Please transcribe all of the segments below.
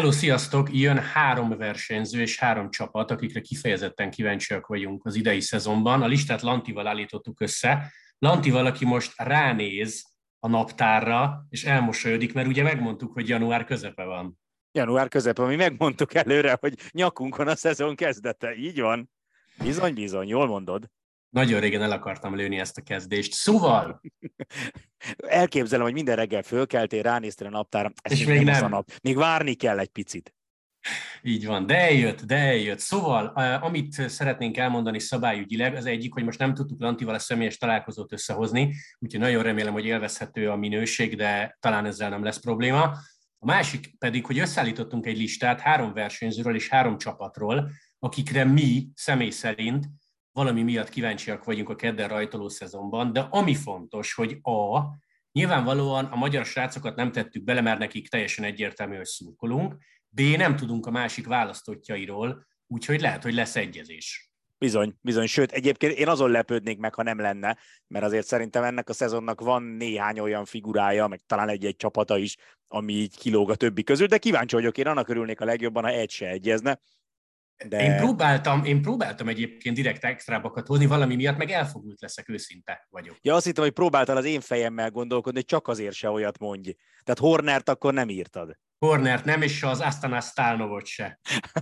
Hello, sziasztok! Jön 3 versenyző és 3 csapat, akikre kifejezetten kíváncsiak vagyunk az idei szezonban. A listát Lantival állítottuk össze. Lantival, aki most ránéz a naptárra, és elmosolyodik, mert ugye megmondtuk, hogy január közepe van. Január közepe, mi megmondtuk előre, hogy nyakunkon a szezon kezdete. Így van? Bizony, bizony, jól mondod. Nagyon régen el akartam lőni ezt a kezdést. Szóval... Elképzelem, hogy minden reggel fölkeltél, ránéztél a naptára, ez és még még nem nem. az a nap. Még várni kell egy picit. Így van, de eljött. Szóval, amit szeretnénk elmondani szabályügyileg, az egyik, hogy most nem tudtuk Lantival a személyes találkozót összehozni, úgyhogy nagyon remélem, hogy élvezhető a minőség, de talán ezzel nem lesz probléma. A másik pedig, hogy összeállítottunk egy listát 3 versenyzőről és 3 csapatról, akikre mi személy szerint valami miatt kíváncsiak vagyunk a kedden rajtoló szezonban, de ami fontos, hogy nyilvánvalóan a magyar srácokat nem tettük bele, mert nekik teljesen egyértelmű, hogy szurkolunk, B, nem tudunk a másik választottjairól, úgyhogy lehet, hogy lesz egyezés. Bizony, bizony. Sőt, egyébként én azon lepődnék meg, ha nem lenne, mert azért szerintem ennek a szezonnak van néhány olyan figurája, meg talán egy-egy csapata is, ami így kilóg a többi közül, de kíváncsi vagyok, én annak örülnék a legjobban, ha egy se egyezne. De... Én próbáltam egyébként direkt extrábakat hozni, valami miatt meg elfogult leszek, őszinte vagyok. Ja, azt hittem, hogy próbáltál az én fejemmel gondolkodni, hogy csak azért se olyat mondj. Tehát Hornert akkor nem írtad. Hornert nem, és az Astana Stalnovot se.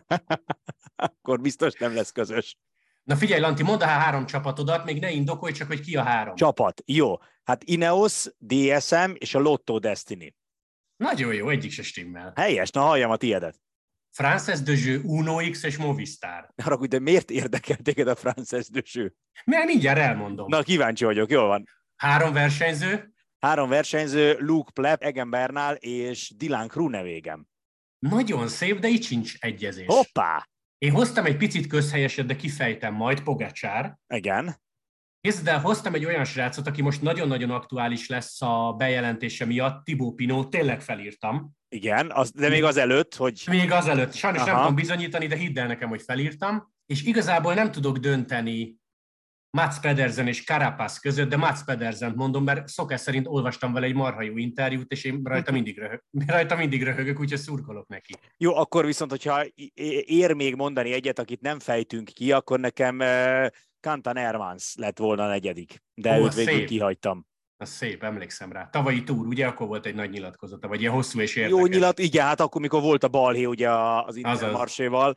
Akkor biztos nem lesz közös. Na figyelj, Lanti, mondd a 3 csapatodat, még ne indokolj, csak hogy ki a 3. Csapat, jó. Hát Ineos, DSM és a Lotto Destiny. Nagyon jó, egyik se stimmel. Helyes, na halljam a tiédet. Frances de Jeux, Uno X és Movistar. Haragudj, de miért érdekel téged a Frances de Jeux? Mert mindjárt elmondom. Na, kíváncsi vagyok, jól van. 3 versenyző. 3 versenyző, Luke Plep, Egan Bernal és Dylan Groenewegen. Nagyon szép, de itt sincs egyezés. Hoppá! Én hoztam egy picit közhelyeset, de kifejtem majd, Pogačar. Igen. De hoztam egy olyan srácot, aki most nagyon-nagyon aktuális lesz a bejelentése miatt, Thibaut Pinot, tényleg felírtam. Igen, de még azelőtt, hogy... Még azelőtt, sajnos nem tudom bizonyítani, de hidd el nekem, hogy felírtam. És igazából nem tudok dönteni Mats Pedersen és Carapaz között, de Mats Pedersent mondom, mert szokás szerint olvastam vele egy marha jó interjút, és én rajta mindig röhögök, úgyhogy szurkolok neki. Jó, akkor viszont, hogyha ér még mondani egyet, akit nem fejtünk ki, akkor nekem Kantan Hermans lett volna a 4., de őt végül kihagytam. Az szép, emlékszem rá. Tavalyi túr, ugye, akkor volt egy nagy nyilatkozata, vagy ilyen hosszú és érdekes. Jó igen, hát akkor, mikor volt a balhé ugye az Intermarséval,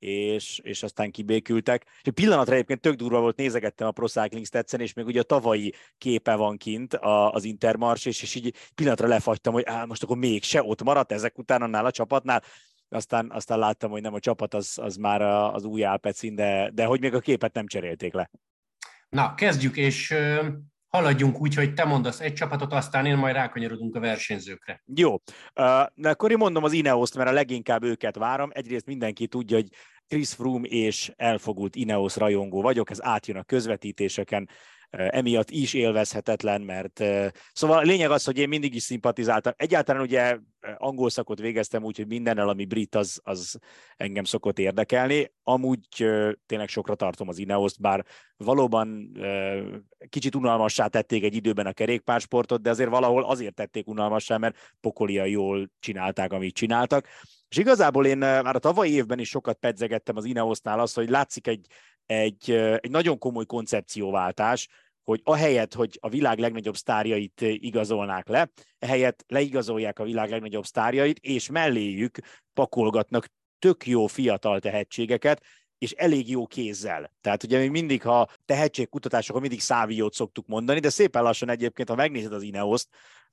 és aztán kibékültek. És egy pillanatra egyébként tök durva volt, nézegettem a Pro Cycling Stats-en, és még ugye a tavalyi képe van kint az Intermars, és így pillanatra lefagytam, hogy most akkor mégse ott maradt ezek után annál a csapatnál. Aztán láttam, hogy nem a csapat, az már az új Alpecin, de hogy még a képet nem cserélték le. Na, kezdjük, és haladjunk úgy, hogy te mondasz egy csapatot, aztán én majd rákanyarodunk a versenyzőkre. Jó, de akkor én mondom az Ineos-t, mert a leginkább őket várom. Egyrészt mindenki tudja, hogy Chris Froome és elfogult Ineos rajongó vagyok, ez átjön a közvetítéseken, emiatt is élvezhetetlen, mert szóval a lényeg az, hogy én mindig is szimpatizáltam. Egyáltalán ugye angol szakot végeztem, úgyhogy mindennel, ami brit, az engem szokott érdekelni. Amúgy tényleg sokra tartom az Ineos-t, bár valóban kicsit unalmassá tették egy időben a kerékpársportot, de azért valahol azért tették unalmassá, mert pokolian jól csinálták, amit csináltak. És igazából én már a tavalyi évben is sokat pedzegettem az Ineosnál azt, hogy látszik egy nagyon komoly koncepcióváltás, hogy ahelyett, hogy a világ legnagyobb sztárjait igazolnák le, ehelyett leigazolják a világ legnagyobb sztárjait, és melléjük pakolgatnak tök jó fiatal tehetségeket, és elég jó kézzel. Tehát ugye még mindig, ha tehetségkutatásokon mindig Száviót szoktuk mondani, de szépen lassan egyébként, ha megnézed az Ineost,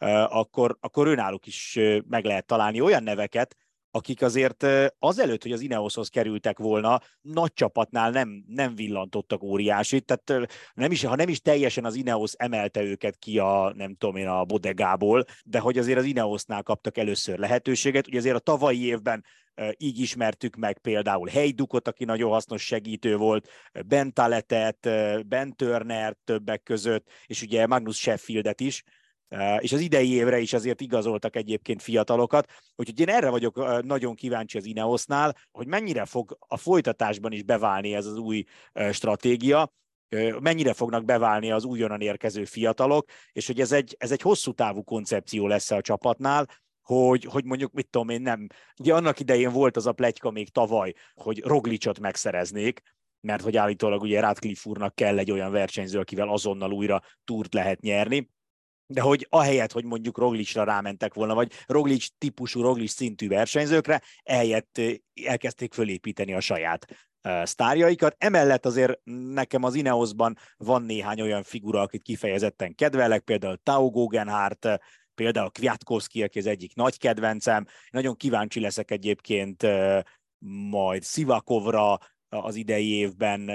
akkor önálluk is meg lehet találni olyan neveket, akik azért azelőtt, hogy az Ineoshoz kerültek volna, nagy csapatnál nem villantottak óriásit, tehát ha nem is teljesen az Ineos emelte őket ki a bodegából, de hogy azért az Ineosnál kaptak először lehetőséget. Ugye azért a tavalyi évben így ismertük meg például Heidukot, aki nagyon hasznos segítő volt, Ben Taletet, Ben Turnert többek között, és ugye Magnus Sheffieldet is, és az idei évre is azért igazoltak egyébként fiatalokat, úgyhogy én erre vagyok nagyon kíváncsi az Ineosnál, hogy mennyire fog a folytatásban is beválni ez az új stratégia, mennyire fognak beválni az újonnan érkező fiatalok, és hogy ez egy hosszú távú koncepció lesz a csapatnál, hogy mondjuk, mit tudom én, nem. Ugye annak idején volt az a pletyka még tavaly, hogy Roglicot megszereznék, mert hogy állítólag ugye Radcliffe úrnak kell egy olyan versenyző, akivel azonnal újra túrt lehet nyerni, de hogy ahelyett, hogy mondjuk Roglicra rámentek volna, vagy Roglic típusú, Roglic szintű versenyzőkre, ehelyett elkezdték fölépíteni a saját sztárjaikat. Emellett azért nekem az Ineosban van néhány olyan figura, akit kifejezetten kedvelek, például Tao Geoghegan, például Kwiatkowski, aki az egyik nagy kedvencem. Nagyon kíváncsi leszek egyébként majd Sivakovra az idei évben,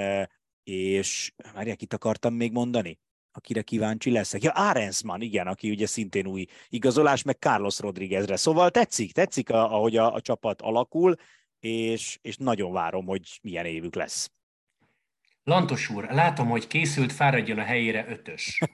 és várják, itt akartam még mondani, akire kíváncsi leszek. Ja, Arensman, igen, aki ugye szintén új igazolás, meg Carlos Rodriguezre. Szóval tetszik ahogy a csapat alakul, és nagyon várom, hogy milyen évük lesz. Lantos úr, látom, hogy készült, fáradjon a helyére 5-ös.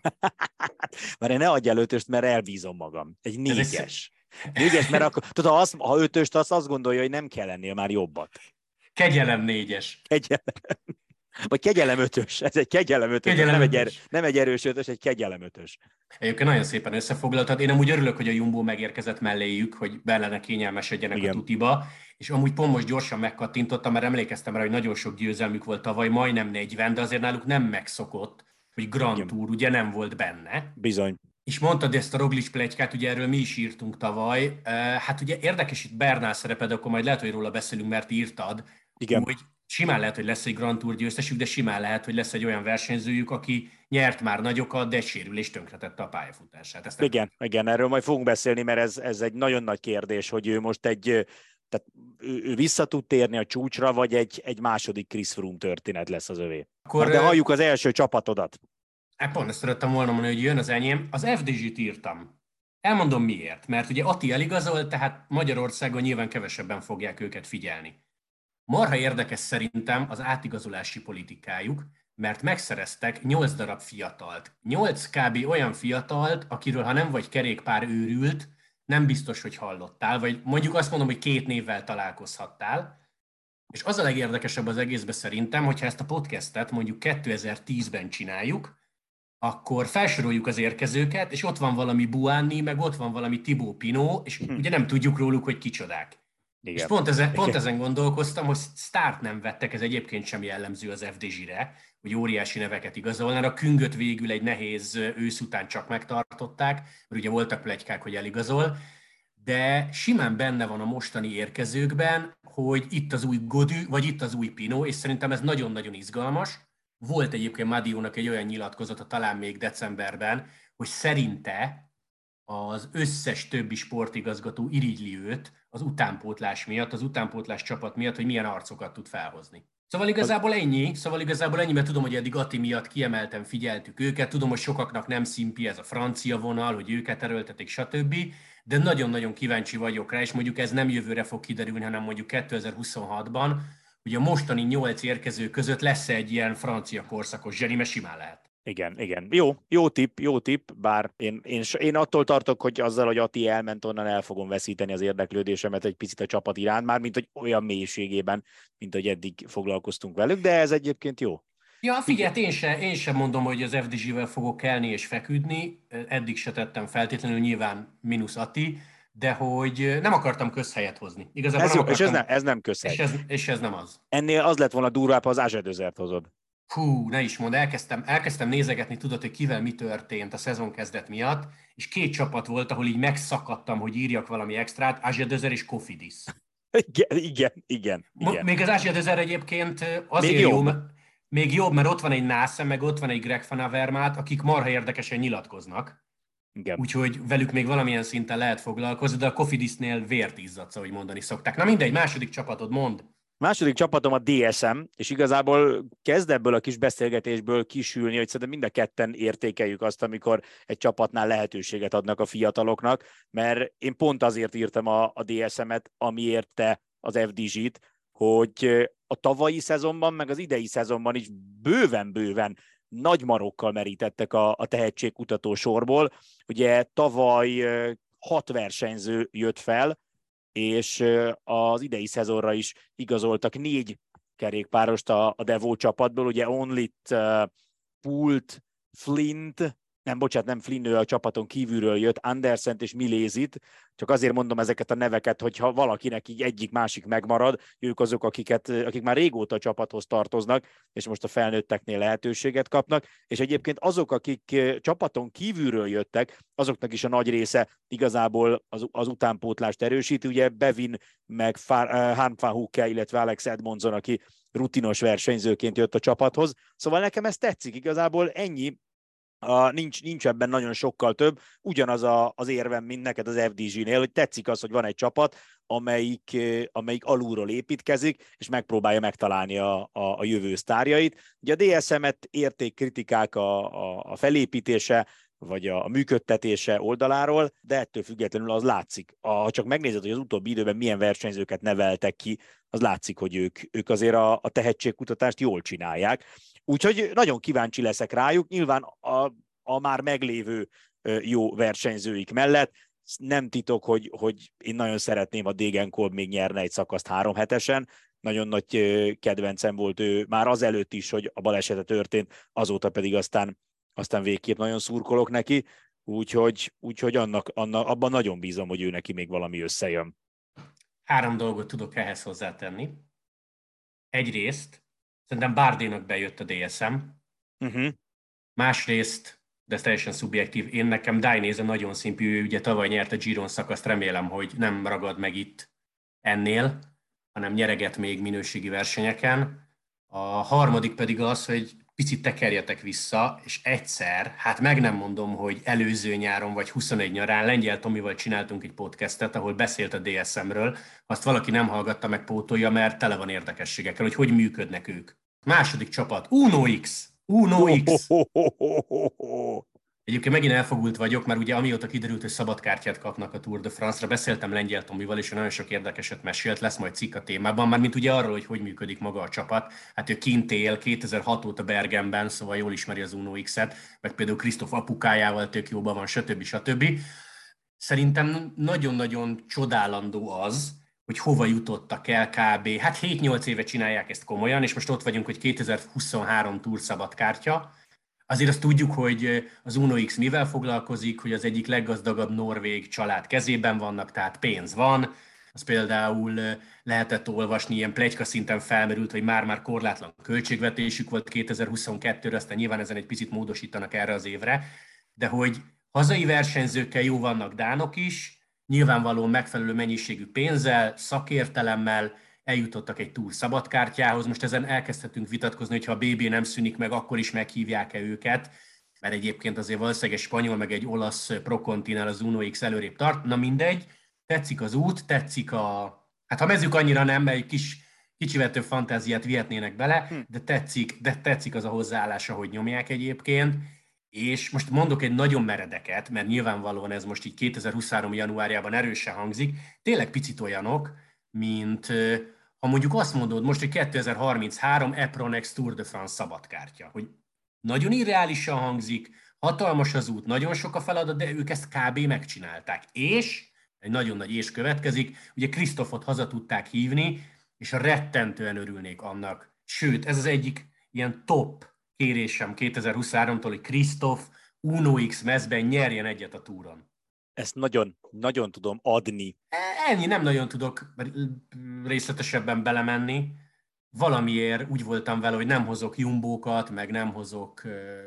Már ne adj el 5-öst, mert elbízom magam. Egy 4-es. 4-es, mert akkor, tudod, ha 5-öst, azt gondolja, hogy nem kell lennél már jobbat. Kegyelem 4-es. Kegyelem. Vagy kegyelem 5-ös. Ez egy kegyelem 5-ös. Nem egy erős 5-ös, egy kegyelem 5-ös. Egyébként nagyon szépen összefoglaltad. Én amúgy örülök, hogy a Jumbo megérkezett melléjük, hogy bellene kényelmesedjenek igen. A tutiba, és amúgy pont most gyorsan megkattintottam, mert emlékeztem rá, hogy nagyon sok győzelmük volt tavaly, majdnem 40, de azért náluk nem megszokott, hogy Grand igen. Tour ugye nem volt benne. Bizony. És mondtad ezt a Roglic pletykát, ugye erről mi is írtunk tavaly. Hát ugye érdekes itt Bernál szerepe, de akkor majd lehet, hogy róla beszélünk, mert írtad, igen. Hogy simán lehet, hogy lesz egy Grand Tour győztesük, de simán lehet, hogy lesz egy olyan versenyzőjük, aki nyert már nagyokat, de egy sérülés tönkretette a pályafutását. Igen, erről majd fogunk beszélni, mert ez egy nagyon nagy kérdés, hogy ő most tehát ő vissza tud térni a csúcsra, vagy egy második Chris Froome történet lesz az övé. De halljuk az első csapatodat. Pont ezt szerettem volna mondani, hogy jön az enyém. Az FDG-t írtam. Elmondom miért. Mert ugye Atti eligazolt, tehát Magyarországon nyilván kevesebben fogják őket figyelni. Marha érdekes szerintem az átigazolási politikájuk, mert megszereztek 8 darab fiatalt. 8 kb. Olyan fiatalt, akiről ha nem vagy kerékpár őrült, nem biztos, hogy hallottál, vagy mondjuk azt mondom, hogy 2 névvel találkozhattál. És az a legérdekesebb az egészben szerintem, hogyha ezt a podcastet mondjuk 2010-ben csináljuk, akkor felsoroljuk az érkezőket, és ott van valami Buanni, meg ott van valami Thibaut Pinot, és ugye nem tudjuk róluk, hogy kicsodák. Igen. És pont ezen gondolkoztam, hogy sztárt nem vettek, ez egyébként sem jellemző az FDG-re, hogy óriási neveket igazolnának. Küngöt végül egy nehéz ősz után csak megtartották, mert ugye voltak pletykák, hogy eligazol, de simán benne van a mostani érkezőkben, hogy itt az új Godű, vagy itt az új Pinot, és szerintem ez nagyon-nagyon izgalmas. Volt egyébként Madiónak egy olyan nyilatkozata, talán még decemberben, hogy szerinte az összes többi sportigazgató irigyli őt az utánpótlás miatt, az utánpótlás csapat miatt, hogy milyen arcokat tud felhozni. Szóval igazából ennyi, mert tudom, hogy eddig Atti miatt kiemelten figyeltük őket, tudom, hogy sokaknak nem szimpi ez a francia vonal, hogy őket erőltetik, stb., de nagyon-nagyon kíváncsi vagyok rá, és mondjuk ez nem jövőre fog kiderülni, hanem mondjuk 2026-ban, hogy a mostani 8 érkező között lesz egy ilyen francia korszakos zseni, mert simán lehet. Igen. Jó tipp, bár én attól tartok, hogy azzal, hogy Atti elment, onnan el fogom veszíteni az érdeklődésemet egy picit a csapat iránt, már mint hogy olyan mélységében, mint hogy eddig foglalkoztunk velük, de ez egyébként jó. Ja, figyelj, én sem mondom, hogy az FDG-vel fogok kelni és feküdni, eddig se tettem feltétlenül, nyilván mínusz Atti, de hogy nem akartam közhelyet hozni. Igazából ez, nem akartam, és ez nem közhely. És ez nem az. Ennél az lett volna durvább, ha az Azsedözert hozod. Hú, ne is mondd, elkezdtem nézegetni, tudod, hogy kivel mi történt a szezonkezdet miatt, és 2 csapat volt, ahol így megszakadtam, hogy írjak valami extrát, Azsedözer és Cofidis. Igen. Még az Azsedözer egyébként azért jó, még jobb, mert ott van egy Nászem, meg ott van egy Greg van Avermaet, akik marha érdekesen nyilatkoznak. Igen. Úgyhogy velük még valamilyen szinten lehet foglalkozni, de a Cofidisnél vért izzadsz, ahogy mondani szokták. Na mindegy, második csapatod, mond. Második csapatom a DSM, és igazából kezd ebből a kis beszélgetésből kisülni, hogy szerintem mind a ketten értékeljük azt, amikor egy csapatnál lehetőséget adnak a fiataloknak, mert én pont azért írtam a DSM-et, amiért te az FDG-t, hogy a tavalyi szezonban, meg az idei szezonban is bőven nagy marokkal merítettek a tehetségkutató sorból. Ugye tavaly 6 versenyző jött fel, és az idei szezonra is igazoltak 4 kerékpárost a Devo csapatból, ugye Onlit, Pult, Flint, nem Flynn, ő a csapaton kívülről jött, Andersent és Milézit, csak azért mondom ezeket a neveket, hogyha valakinek így egyik-másik megmarad, ők azok, akik már régóta a csapathoz tartoznak, és most a felnőtteknél lehetőséget kapnak, és egyébként azok, akik csapaton kívülről jöttek, azoknak is a nagy része igazából az utánpótlást erősíti, ugye Bevin, meg Harm van Hoeke, illetve Alex Edmondson, aki rutinos versenyzőként jött a csapathoz, szóval nekem ez tetszik, igazából ennyi. Nincs ebben nagyon sokkal több, ugyanaz az érvem, mint neked az FDG-nél, hogy tetszik az, hogy van egy csapat, amelyik alulról építkezik, és megpróbálja megtalálni a jövő sztárjait. Ugye a DSM-et érték kritikák a felépítése, vagy a működtetése oldaláról, de ettől függetlenül az látszik. Ha csak megnézed, hogy az utóbbi időben milyen versenyzőket neveltek ki, az látszik, hogy ők azért a tehetségkutatást jól csinálják. Úgyhogy nagyon kíváncsi leszek rájuk, nyilván a már meglévő jó versenyzőik mellett. Nem titok, hogy én nagyon szeretném, a Degenkolb még nyerne egy szakaszt 3 hetesen. Nagyon nagy kedvencem volt ő már azelőtt is, hogy a balesete történt, azóta pedig aztán végképp nagyon szurkolok neki, úgyhogy abban nagyon bízom, hogy ő neki még valami összejön. 3 dolgot tudok ehhez hozzátenni. Egyrészt, szerintem Bardénak bejött a DSM. Másrészt, de ez teljesen szubjektív, én nekem Dainese nagyon szimpű, ugye tavaly nyert a Giron szakaszt, remélem, hogy nem ragad meg itt ennél, hanem nyereget még minőségi versenyeken. A harmadik pedig az, hogy picit tekerjetek vissza, és egyszer, hát meg nem mondom, hogy előző nyáron vagy 21 nyarán Lengyel Tomival csináltunk egy podcastet, ahol beszélt a DSM-ről, azt valaki nem hallgatta meg, pótolja, mert tele van érdekességekkel, hogy működnek ők. Második csapat, Uno X. Egyébként megint elfogult vagyok, mert ugye amióta kiderült, hogy szabadkártyát kapnak a Tour de France-ra, beszéltem Lengyel Tomival, és nagyon sok érdekeset mesélt, lesz majd cikk a témában, mármint ugye arról, hogy működik maga a csapat. Hát ő kint él 2006 óta Bergenben, szóval jól ismeri az Uno X-et, meg például Krisztof apukájával tök jóban van, stb. Szerintem nagyon-nagyon csodálandó az, hogy hova jutottak el kb. Hát 7-8 éve csinálják ezt komolyan, és most ott vagyunk, hogy 2023 Tour szabadkártya. Azért azt tudjuk, hogy az Uno X mivel foglalkozik, hogy az egyik leggazdagabb norvég család kezében vannak, tehát pénz van. Az például lehetett olvasni, ilyen pletyka szinten felmerült, hogy már-már korlátlan költségvetésük volt 2022-re, aztán nyilván ezen egy picit módosítanak erre az évre, de hogy hazai versenyzőkkel jó vannak dánok is, nyilvánvalóan megfelelő mennyiségű pénzzel, szakértelemmel, eljutottak egy túl szabadkártyához. Most ezen elkezdhetünk vitatkozni, hogy ha a BB nem szűnik meg, akkor is meghívják-e őket, mert egyébként azért valószínűleg egy spanyol, meg egy olasz Procontinál az Uno X előrébb tart. Na mindegy, tetszik az út, tetszik hát ha mezők annyira nem, mert egy kicsivel több fantáziát vihetnének bele, de tetszik az a hozzáállás, ahogy nyomják egyébként. És most mondok egy nagyon meredeket, mert nyilvánvalóan ez most így 2023. januárjában erősen hangzik, tényleg picit olyanok, mint ha mondjuk azt mondod most, hogy 2033 Epronex Tour de France szabadkártya, hogy nagyon irreálisan hangzik, hatalmas az út, nagyon sok a feladat, de ők ezt kb. Megcsinálták. És, egy nagyon nagy és következik, ugye Krisztofot haza tudták hívni, és rettentően örülnék annak. Sőt, ez az egyik ilyen top kérésem 2023-tól, hogy Krisztof Uno X mezben nyerjen egyet a túron. Ezt nagyon, nagyon tudom adni. Ennyi, nem nagyon tudok részletesebben belemenni. Valamiért úgy voltam vele, hogy nem hozok jumbókat, meg nem hozok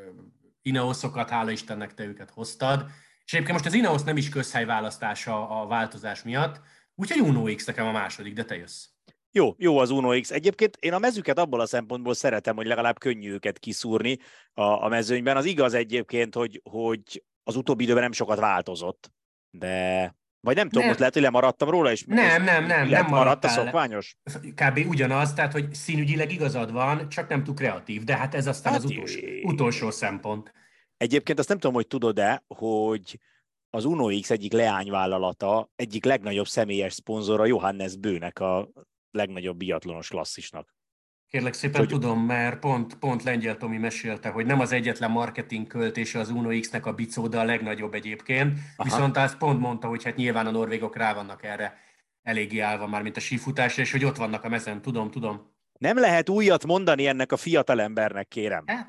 Ineoszokat, hála Istennek te őket hoztad. És egyébként most az Ineos nem is közhelyválasztása a változás miatt, úgyhogy Uno X nekem a második, de te jössz. Jó az Uno X. Egyébként én a mezőket abból a szempontból szeretem, hogy legalább könnyű őket kiszúrni a mezőnyben. Az igaz egyébként, hogy az utóbbi időben nem sokat változott, de... Vagy nem tudom, most lehet, hogy lemaradtam róla, és nem maradt a szokványos? Kb. Ugyanaz, tehát, hogy színügyileg igazad van, csak nem túl kreatív, de hát ez aztán az utolsó szempont. Egyébként azt nem tudom, hogy tudod-e, hogy az Uno X egyik leányvállalata, egyik legnagyobb személyes szponzora Johannes Bőnek, a legnagyobb biatlonos klasszisnak. Kérlek szépen tudom, mert pont Lengyel Tomi mesélte, hogy nem az egyetlen marketing költése az Uno X-nek a bicó, de a legnagyobb egyébként. Aha. Viszont azt pont mondta, hogy hát nyilván a norvégok rá vannak erre eléggé állva már, mint a sífutásra, és hogy ott vannak a mezen. Tudom. Nem lehet újat mondani ennek a fiatalembernek, kérem.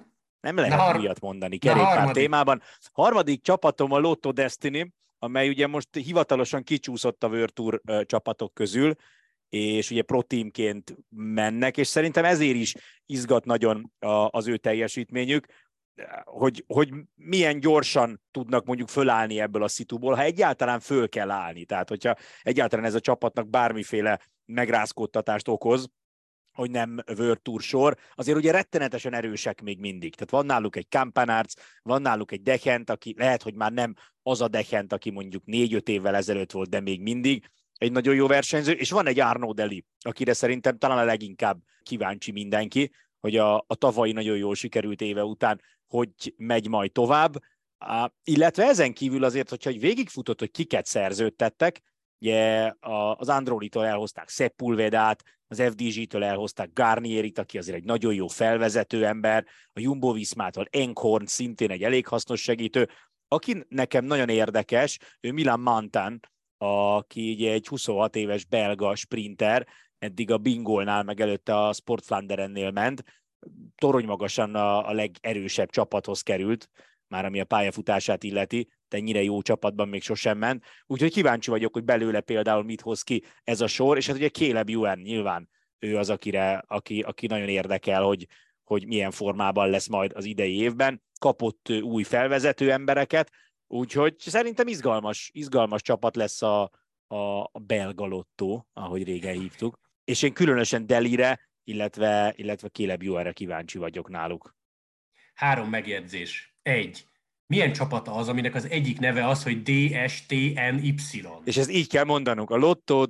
Nem lehet újat mondani kerékpár témában. Harmadik csapatom a Lotto Destiny, amely ugye most hivatalosan kicsúszott a World Tour csapatok közül, és ugye pro teamként mennek, és szerintem ezért is izgat nagyon az ő teljesítményük, hogy milyen gyorsan tudnak mondjuk fölállni ebből a szituból, ha egyáltalán föl kell állni. Tehát, hogyha egyáltalán ez a csapatnak bármiféle megrázkódtatást okoz, hogy nem World Tour sor, azért ugye rettenetesen erősek még mindig. Tehát van náluk egy Campanarts, van náluk egy Dechent, aki lehet, hogy már nem az a Dechent, aki mondjuk 4-5 évvel ezelőtt volt, de még mindig egy nagyon jó versenyző, és van egy Arnaud Deli, akire szerintem talán a leginkább kíváncsi mindenki, hogy a tavalyi nagyon jól sikerült éve után hogy megy majd tovább, illetve ezen kívül azért, hogyha végigfutott, hogy kiket szerződtettek, ugye az Androlitól elhozták Sepulvedát, az FDG-től elhozták Garnierit, aki azért egy nagyon jó felvezető ember, a Jumbo-Viszmától Enkhorn, szintén egy elég hasznos segítő, aki nekem nagyon érdekes, ő Milan Mantan, aki ugye egy 26 éves belga sprinter, eddig a Bingolnál, meg előtte a Sport Flanderennél ment, toronymagasan a legerősebb csapathoz került, már ami a pályafutását illeti, de ennyire jó csapatban még sosem ment. Úgyhogy kíváncsi vagyok, hogy belőle például mit hoz ki ez a sor, és hát ugye Caleb Ewan nyilván ő az, aki nagyon érdekel, hogy milyen formában lesz majd az idei évben. Kapott új felvezető embereket, úgyhogy szerintem izgalmas csapat lesz a belga Lotto, ahogy régen hívtuk. És én különösen Delire, illetve Caleb Ewanre kíváncsi vagyok náluk. 3 megjegyzés. 1. Milyen csapata az, aminek az egyik neve az, hogy DSTNY? És ezt így kell mondanunk. A Lotto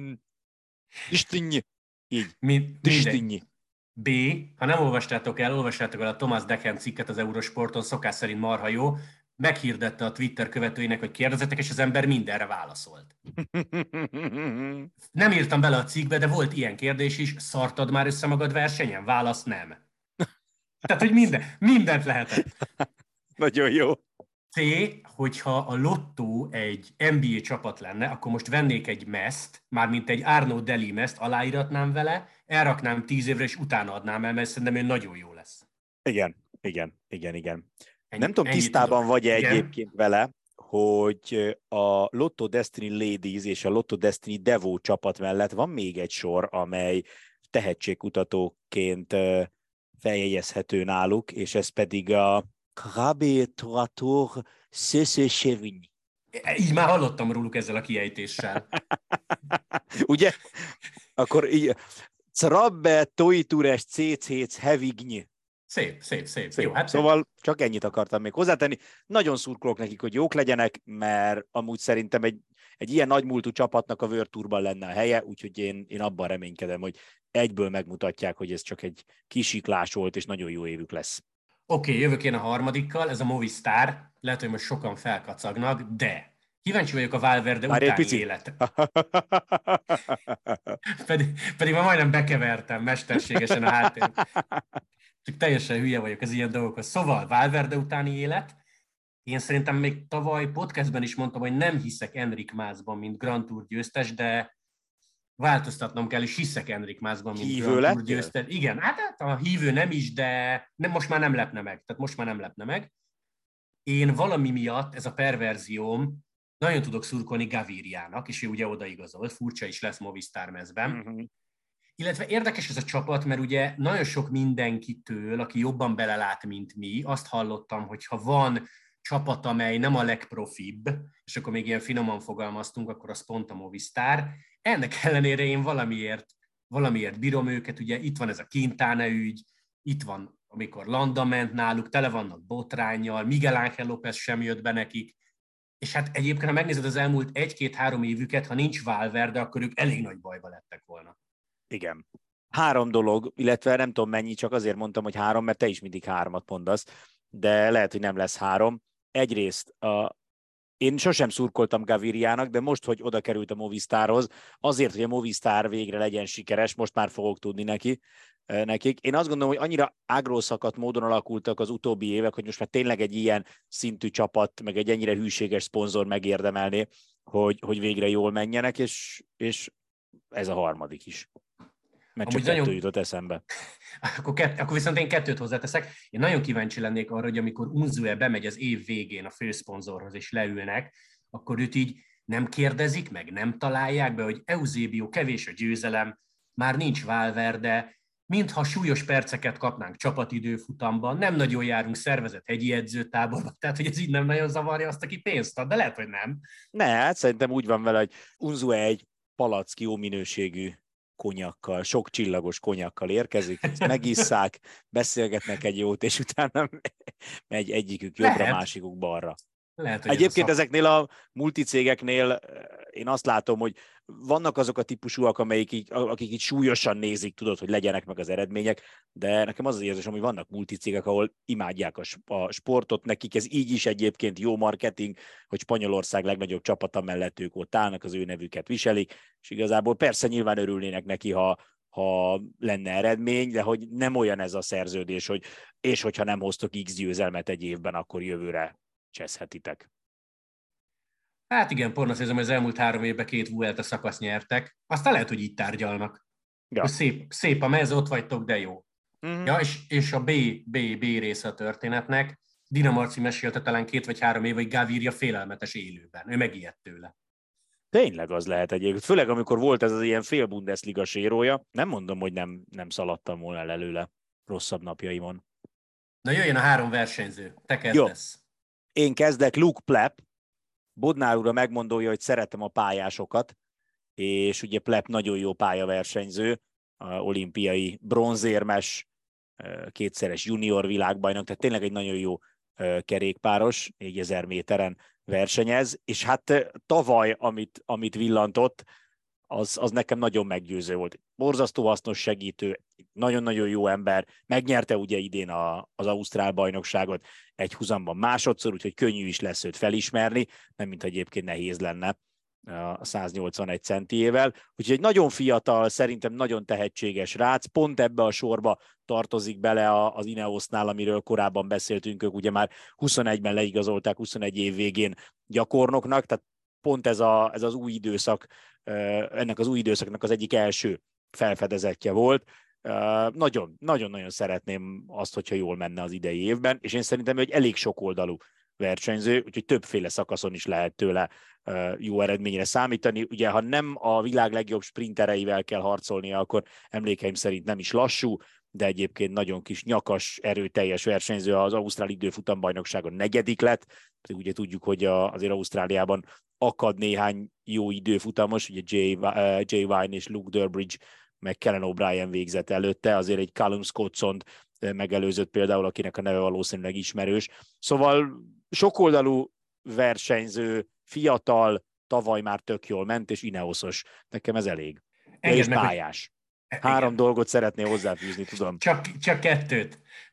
így. Mindegy. B. Ha nem olvastátok el a Thomas Dechen cikket az Eurosporton, szokás szerint marha jó, meghirdette a Twitter követőinek, hogy kérdezetek, és az ember mindenre válaszolt. Nem írtam bele a cikkbe, de volt ilyen kérdés is, szartad már össze magad versenyen? Válasz nem. Tehát, hogy mindent lehetett. Nagyon jó. C, hogyha a Lotto egy NBA csapat lenne, akkor most vennék egy meszt, mármint egy Arnaud Deli meszt, aláíratnám vele, elraknám 10 évre, és utána adnám el, mert szerintem ő nagyon jó lesz. Igen. Nem tudom, tisztában vagy-e egyébként vele, hogy a Lotto Destiny Ladies és a Lotto Destiny Devo csapat mellett van még egy sor, amely tehetségkutatóként feljegyezhető náluk, és ez pedig a Crabé Torator Szöszösevigny. Így már hallottam róluk ezzel a kiejtéssel. Ugye? Akkor így Crabbe Toitures Cécéc Hevigny. Szép. Jó, hát szóval csak ennyit akartam még hozzátenni. Nagyon szurkolok nekik, hogy jók legyenek, mert amúgy szerintem egy ilyen nagymúltú csapatnak a World Tourban lenne a helye, úgyhogy én abban reménykedem, hogy egyből megmutatják, hogy ez csak egy kisiklás volt, és nagyon jó évük lesz. Oké, jövök én a harmadikkal, ez a Movistar. Lehet, hogy most sokan felkacagnak, de kíváncsi vagyok a Valverde utáni élet. pedig már majdnem bekevertem mesterségesen a háttér. Csak teljesen hülye vagyok az ilyen dolgokhoz. Szóval Valverde utáni élet. Én szerintem még tavaly podcastben is mondtam, hogy nem hiszek Enric Masban, mint Grand Tour győztes, de változtatnom kell, és hiszek Enric Masban, mint hívő Grand Tour győztes. Igen, hát a hívő nem is, de most már nem lepne meg. Én valami miatt, ez a perverzióm, nagyon tudok szurkolni Gaviriának, és ő ugye odaigazolt, furcsa is lesz Movistar mezben. Uh-huh. Illetve érdekes ez a csapat, mert ugye nagyon sok mindenkitől, aki jobban belelát, mint mi, azt hallottam, hogy ha van csapat, amely nem a legprofibb, és akkor még ilyen finoman fogalmaztunk, akkor az pont a Movistar. Ennek ellenére én valamiért bírom őket, ugye itt van ez a Quintana ügy, itt van, amikor Landa ment náluk, tele vannak botránnyal, Miguel Ángel López sem jött be nekik, és hát egyébként, ha megnézed az elmúlt 1-2-3 évüket, ha nincs Valverde, akkor ők elég nagy bajba lettek volna. Igen. 3 dolog, illetve nem tudom mennyi, csak azért mondtam, hogy 3, mert te is mindig 3-at mondasz, de lehet, hogy nem lesz 3. Egyrészt én sosem szurkoltam Gaviriának, de most, hogy oda került a Movistarhoz, azért, hogy a Movistar végre legyen sikeres, most már fogok tudni nekik. Én azt gondolom, hogy annyira ágrószakadt módon alakultak az utóbbi évek, hogy most már tényleg egy ilyen szintű csapat, meg egy ennyire hűséges szponzor megérdemelné, hogy végre jól menjenek, és ez a harmadik is. Mert csak kettő jutott eszembe. Akkor viszont én kettőt hozzáteszek. Én nagyon kíváncsi lennék arra, hogy amikor Unzue bemegy az év végén a főszponzorhoz, és leülnek, akkor őt így nem kérdezik meg, nem találják be, hogy Eusebio, kevés a győzelem, már nincs Valverde, mintha súlyos perceket kapnánk csapatidőfutamban, nem nagyon járunk szervezett hegyi edzőtáborban, tehát hogy ez így nem nagyon zavarja azt, aki pénzt ad, de lehet, hogy nem. Ne, hát szerintem úgy van vele, hogy Unzue egy palack jó minőségű konyakkal, sok csillagos konyakkal érkezik, ezt megisszák, beszélgetnek egy jót, és utána megy egyikük jobbra, másikuk balra. Lehet, hogy egyébként ezeknél a multicégeknél én azt látom, hogy vannak azok a típusúak, akik így súlyosan nézik, tudod, hogy legyenek meg az eredmények, de nekem az érzésem, hogy vannak multicégek, ahol imádják a sportot, nekik ez így is egyébként jó marketing, hogy Spanyolország legnagyobb csapata mellett ők ott állnak, az ő nevüket viselik, és igazából persze nyilván örülnének neki, ha lenne eredmény, de hogy nem olyan ez a szerződés, és hogyha nem hoztok X győzelmet egy évben, akkor jövőre cseszhetitek. Hát igen, pont azt hiszem, hogy az elmúlt 3 évben 2 Vuelta szakasz nyertek. Aztán lehet, hogy így tárgyalnak. Ja. Szép a mez, ott vagytok, de jó. Uh-huh. Ja, és a B része a történetnek. Dina Marci mesélte talán 2 vagy 3 év, hogy Gaviria félelmetes élőben. Ő megijedt tőle. Tényleg az lehet egyébként. Főleg, amikor volt ez az ilyen fél Bundesliga sérója, nem mondom, hogy nem szaladtam volna el előle rosszabb napjaimon. Na jöjjön a 3 versenyző. Te kezdesz. Jó. Én kezdek. Luke Plepp. Bodnár úr megmondója, hogy szeretem a pályásokat, és ugye Plepp nagyon jó pályaversenyző, olimpiai bronzérmes, 2-szeres junior világbajnok, tehát tényleg egy nagyon jó kerékpáros, 4000 méteren versenyez, és hát tavaly, amit villantott, az nekem nagyon meggyőző volt. Borzasztó hasznos segítő, nagyon-nagyon jó ember, megnyerte ugye idén az Ausztrál bajnokságot egy húzamban másodszor, úgyhogy könnyű is lesz őt felismerni, nem mint egyébként nehéz lenne a 181 centiével. Úgyhogy egy nagyon fiatal, szerintem nagyon tehetséges rác, pont ebbe a sorba tartozik bele az Ineosnál, amiről korábban beszéltünk, ők ugye már 21-ben leigazolták, 21 év végén gyakornoknak, tehát pont ez az új időszak, ennek az új időszaknak az egyik első felfedezetje volt. Nagyon-nagyon szeretném azt, hogyha jól menne az idei évben, és én szerintem, hogy elég sokoldalú versenyző, úgyhogy többféle szakaszon is lehet tőle jó eredményre számítani. Ugye, ha nem a világ legjobb sprintereivel kell harcolnia, akkor emlékeim szerint nem is lassú, de egyébként nagyon kis nyakas, erőteljes versenyző, az ausztrál időfutambajnokságon 4. lett, ugye tudjuk, hogy azért Ausztráliában akad néhány jó időfutamos, ugye Jay Vine és Luke Durbridge, meg Kellen O'Brien végzett előtte, azért egy Callum Scottson megelőzött például, akinek a neve valószínűleg ismerős. Szóval sokoldalú versenyző, fiatal, tavaly már tök jól ment, és Ineosos. Nekem ez elég. És pályás. 3 dolgot szeretnél hozzáfűzni, tudom. Csak 2.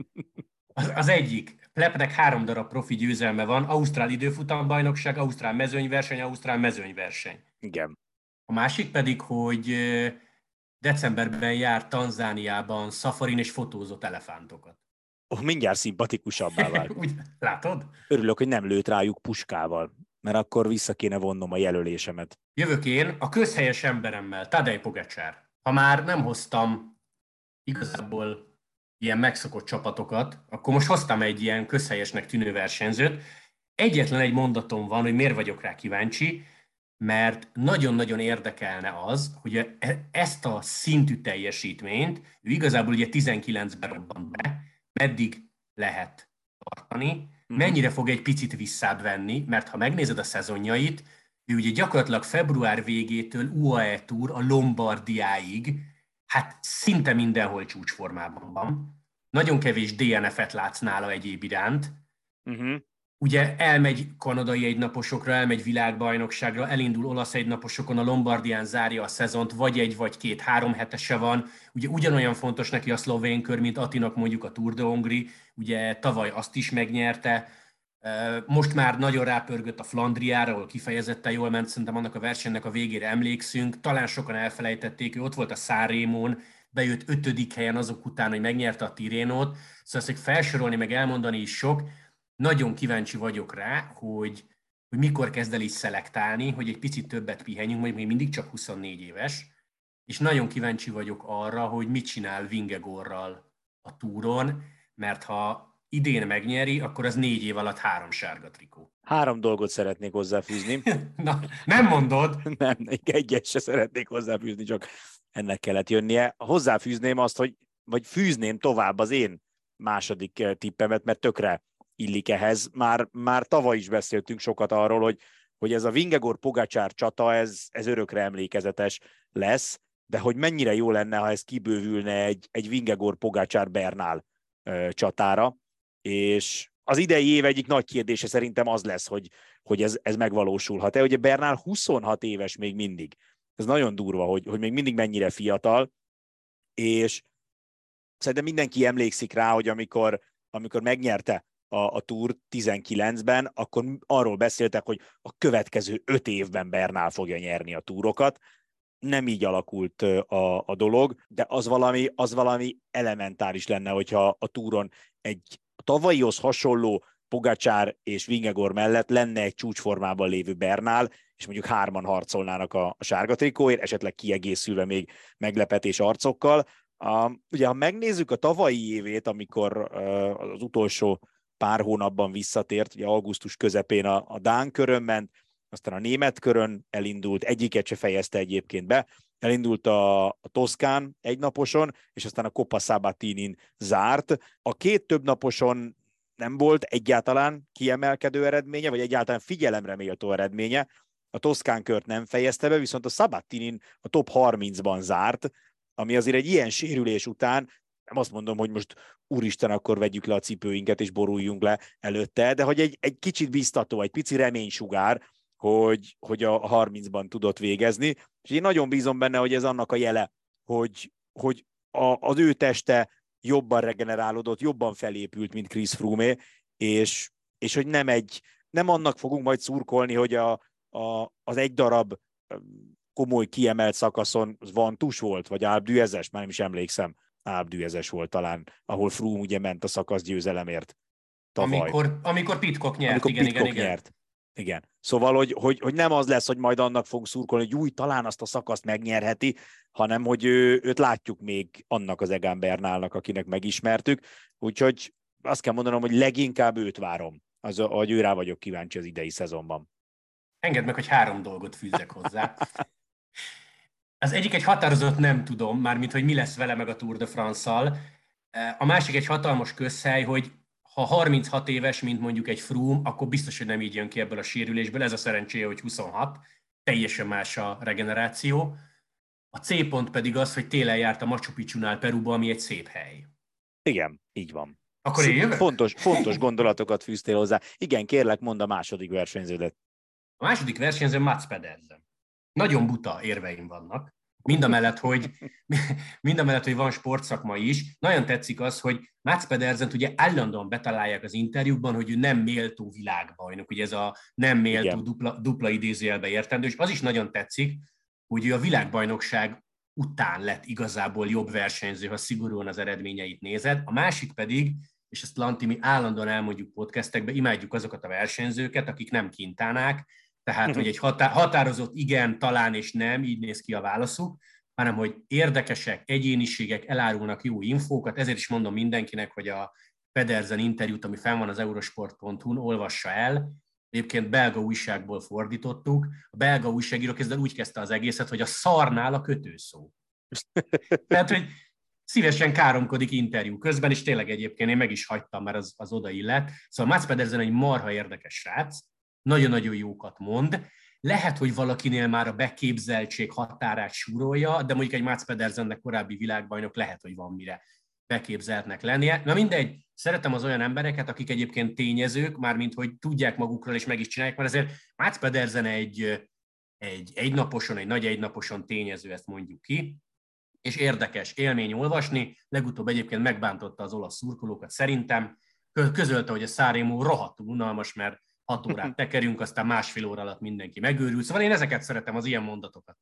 Az egyik, Pleppnek 3 darab profi győzelme van, Ausztrál időfutambajnokság, Ausztrál mezőnyverseny. Igen. A másik pedig, hogy decemberben jár Tanzániában szafarin és fotózott elefántokat. Mindjárt szimpatikusabbá vált. Úgy, látod? Örülök, hogy nem lőtt rájuk puskával, mert akkor vissza kéne vonnom a jelölésemet. Jövök én a közhelyes emberemmel, Tadej Pogačar. Ha már nem hoztam igazából ilyen megszokott csapatokat, akkor most hoztam egy ilyen közhelyesnek tűnő versenyzőt. Egyetlen egy mondatom van, hogy miért vagyok rá kíváncsi, mert nagyon-nagyon érdekelne az, hogy ezt a szintű teljesítményt, ő igazából ugye 19-ben robbant be, meddig lehet tartani, mennyire fog egy picit visszább venni, mert ha megnézed a szezonjait, ő ugye gyakorlatilag február végétől UAE Tour a Lombardiáig, hát szinte mindenhol csúcsformában van. Nagyon kevés DNF-et látsz nála egyéb iránt. Ugye elmegy kanadai egynaposokra, elmegy világbajnokságra, elindul olasz egynaposokon, a Lombardián zárja a szezont, vagy 1 vagy 2, 3 hetese van. Ugye ugyanolyan fontos neki a szlovén kör, mint Attinak mondjuk a Tour de Hongrie, ugye tavaly azt is megnyerte. Most már nagyon rápörgött a Flandriára, ahol kifejezetten jól ment, szerintem annak a versenynek a végére emlékszünk. Talán sokan elfelejtették, ő ott volt a Sanremón, bejött 5. helyen azok után, hogy megnyerte a Tirénót. Szóval ezt felsorolni, meg elmondani is sok. Nagyon kíváncsi vagyok rá, hogy mikor kezd el is szelektálni, hogy egy picit többet pihenjünk, mondjuk még mindig csak 24 éves, és nagyon kíváncsi vagyok arra, hogy mit csinál Vingegorral a túron, mert ha idén megnyeri, akkor az 4 év alatt 3 sárga trikó. 3 dolgot szeretnék hozzáfűzni. Na, nem mondod? Nem, egyet se szeretnék hozzáfűzni, csak ennek kellett jönnie. Hozzáfűzném azt, vagy fűzném tovább az én második tippemet, mert tökre illik ehhez. Már tavaly is beszéltünk sokat arról, hogy ez a Vingegaard-Pogačar csata, ez örökre emlékezetes lesz, de hogy mennyire jó lenne, ha ez kibővülne egy Vingegaard-Pogačar-Bernal csatára, és az idei év egyik nagy kérdése szerintem az lesz, hogy ez megvalósulhat-e. Ugye Bernal 26 éves még mindig. Ez nagyon durva, hogy még mindig mennyire fiatal, és szerintem mindenki emlékszik rá, hogy amikor megnyerte a Tour 19-ben, akkor arról beszéltek, hogy a következő 5 évben Bernal fogja nyerni a túrokat. Nem így alakult a dolog, de az valami elementáris lenne, hogyha a túron egy tavalyihoz hasonló Pogačar és Vingegaard mellett lenne egy csúcsformában lévő Bernal, és mondjuk 3-an harcolnának a sárga trikóért, esetleg kiegészülve még meglepetés arcokkal. Ugye, ha megnézzük a tavalyi évét, amikor az utolsó pár hónapban visszatért, ugye augusztus közepén a dán körön ment, aztán a német körön elindult, egyiket se fejezte egyébként be, elindult a Toszkán egynaposon, és aztán a Coppa Sabatinin zárt. A 2 többnaposon nem volt egyáltalán kiemelkedő eredménye, vagy egyáltalán figyelemre méltó eredménye. A Toszkán kört nem fejezte be, viszont a Sabatinin a top 30-ban zárt, ami azért egy ilyen sérülés után, nem azt mondom, hogy most úristen, akkor vegyük le a cipőinket és boruljunk le előtte, de hogy egy kicsit biztató, egy pici reménysugár, hogy a 30-ban tudott végezni. És én nagyon bízom benne, hogy ez annak a jele, hogy az ő teste jobban regenerálódott, jobban felépült, mint Chris Froome, és hogy nem annak fogunk majd szurkolni, hogy az egy darab komoly kiemelt szakaszon Vantus volt, vagy Alpe d'Huezes, már nem is emlékszem, Alpe d'Huezes volt talán, ahol Froome ugye ment a szakaszgyőzelemért tavaly. Amikor Pidcock nyert, igen. Nyert. Igen. Szóval, hogy nem az lesz, hogy majd annak fogunk szurkolni, hogy új, talán azt a szakaszt megnyerheti, hanem hogy őt látjuk még annak az Egan Bernalnak, akinek megismertük. Úgyhogy azt kell mondanom, hogy leginkább őt várom, hogy ő rá vagyok kíváncsi az idei szezonban. Engedd meg, hogy 3 dolgot fűzzek hozzá. Az egyik egy határozott nem tudom, mármint, hogy mi lesz vele meg a Tour de France-szal. A másik egy hatalmas közhely, hogy ha 36 éves, mint mondjuk egy Froome, akkor biztos, hogy nem így jön ki ebből a sérülésből. Ez a szerencséje, hogy 26. Teljesen más a regeneráció. A C pont pedig az, hogy télen járt a Machu Picchunál Peruba, ami egy szép hely. Igen, így van. Akkor én jövök? Fontos gondolatokat fűztél hozzá. Igen, kérlek, mondd a második versenyződet. A második versenyző Mats Pedersen. Nagyon buta érveim vannak. Mindamellett, hogy van sportszakma is. Nagyon tetszik az, hogy Mats Pedersent ugye állandóan betalálják az interjúkban, hogy ő nem méltó világbajnok. Ugye ez a nem méltó dupla idézőjelbe értendő, és az is nagyon tetszik, hogy ő a világbajnokság után lett igazából jobb versenyző, ha szigorúan az eredményeit nézed. A másik pedig, és ezt Lanti, mi állandóan elmondjuk podcastekben, imádjuk azokat a versenyzőket, akik nem kintánák, tehát, hogy egy határozott igen, talán és nem, így néz ki a válaszuk, hanem, hogy érdekesek, egyéniségek, elárulnak jó infókat, ezért is mondom mindenkinek, hogy a Pedersen interjút, ami fenn van az eurosport.hu-n, olvassa el. Egyébként belga újságból fordítottuk. A belga újságíró úgy kezdte az egészet, hogy a szarnál a kötőszó. Tehát, hogy szívesen káromkodik interjú közben, és tényleg egyébként én meg is hagytam, mert az oda illet. Szóval Mats Pedersen egy marha érdekes srác, nagyon-nagyon jókat mond. Lehet, hogy valakinél már a beképzeltség határát súrolja, de mondjuk egy Mats Pedersennek korábbi világbajnok lehet, hogy van mire beképzeltnek lennie. Na mindegy, szeretem az olyan embereket, akik egyébként tényezők, mármint hogy tudják magukról és meg is csinálják, mert azért Mats Pedersen egy nagy egynaposon tényező, ezt mondjuk ki, és érdekes élmény olvasni. Legutóbb egyébként megbántotta az olasz szurkolókat szerintem. Közölte, hogy a Sanremo rohadtul unalmas, mert 6 órát tekerünk, aztán másfél óra alatt mindenki megőrült. Szóval én ezeket szeretem, az ilyen mondatokat.